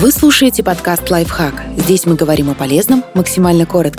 Вы слушаете подкаст «Лайфхак». Здесь мы говорим о полезном максимально коротко.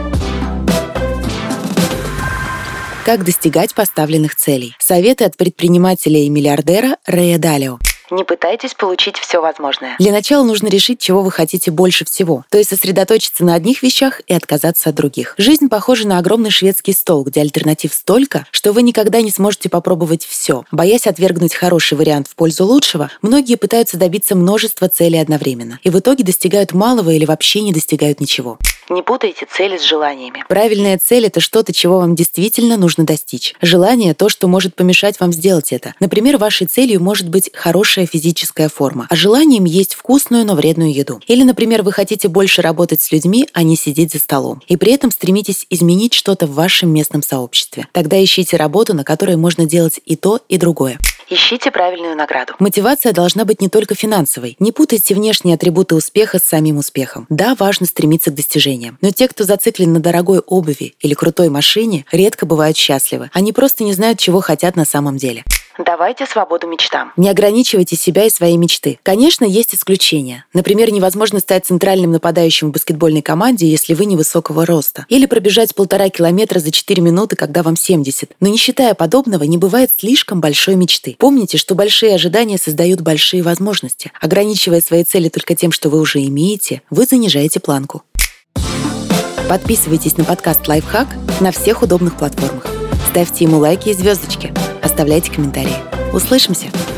Как достигать поставленных целей? Советы от предпринимателя и миллиардера Рэя Далио. Не пытайтесь получить все возможное. Для начала нужно решить, чего вы хотите больше всего, то есть сосредоточиться на одних вещах и отказаться от других. Жизнь похожа на огромный шведский стол, где альтернатив столько, что вы никогда не сможете попробовать все. Боясь отвергнуть хороший вариант в пользу лучшего, многие пытаются добиться множества целей одновременно и в итоге достигают малого или вообще не достигают ничего. Не путайте цели с желаниями. Правильная цель – это что-то, чего вам действительно нужно достичь. Желание – то, что может помешать вам сделать это. Например, вашей целью может быть хорошая физическая форма, а желанием есть вкусную, но вредную еду. Или, например, вы хотите больше работать с людьми, а не сидеть за столом. И при этом стремитесь изменить что-то в вашем местном сообществе. Тогда ищите работу, на которой можно делать и то, и другое. Ищите правильную награду. Мотивация должна быть не только финансовой. Не путайте внешние атрибуты успеха с самим успехом. Да, важно стремиться к достижениям. Но те, кто зациклен на дорогой обуви или крутой машине, редко бывают счастливы. Они просто не знают, чего хотят на самом деле. Давайте свободу мечтам. Не ограничивайте себя и свои мечты. Конечно, есть исключения. Например, невозможно стать центральным нападающим в баскетбольной команде, если вы невысокого роста. Или пробежать 1,5 километра за 4 минуты, когда вам 70. Но не считая подобного, не бывает слишком большой мечты. Помните, что большие ожидания создают большие возможности. Ограничивая свои цели только тем, что вы уже имеете, вы занижаете планку. Подписывайтесь на подкаст «Лайфхак» на всех удобных платформах. Ставьте ему лайки и звездочки. Оставляйте комментарии. Услышимся!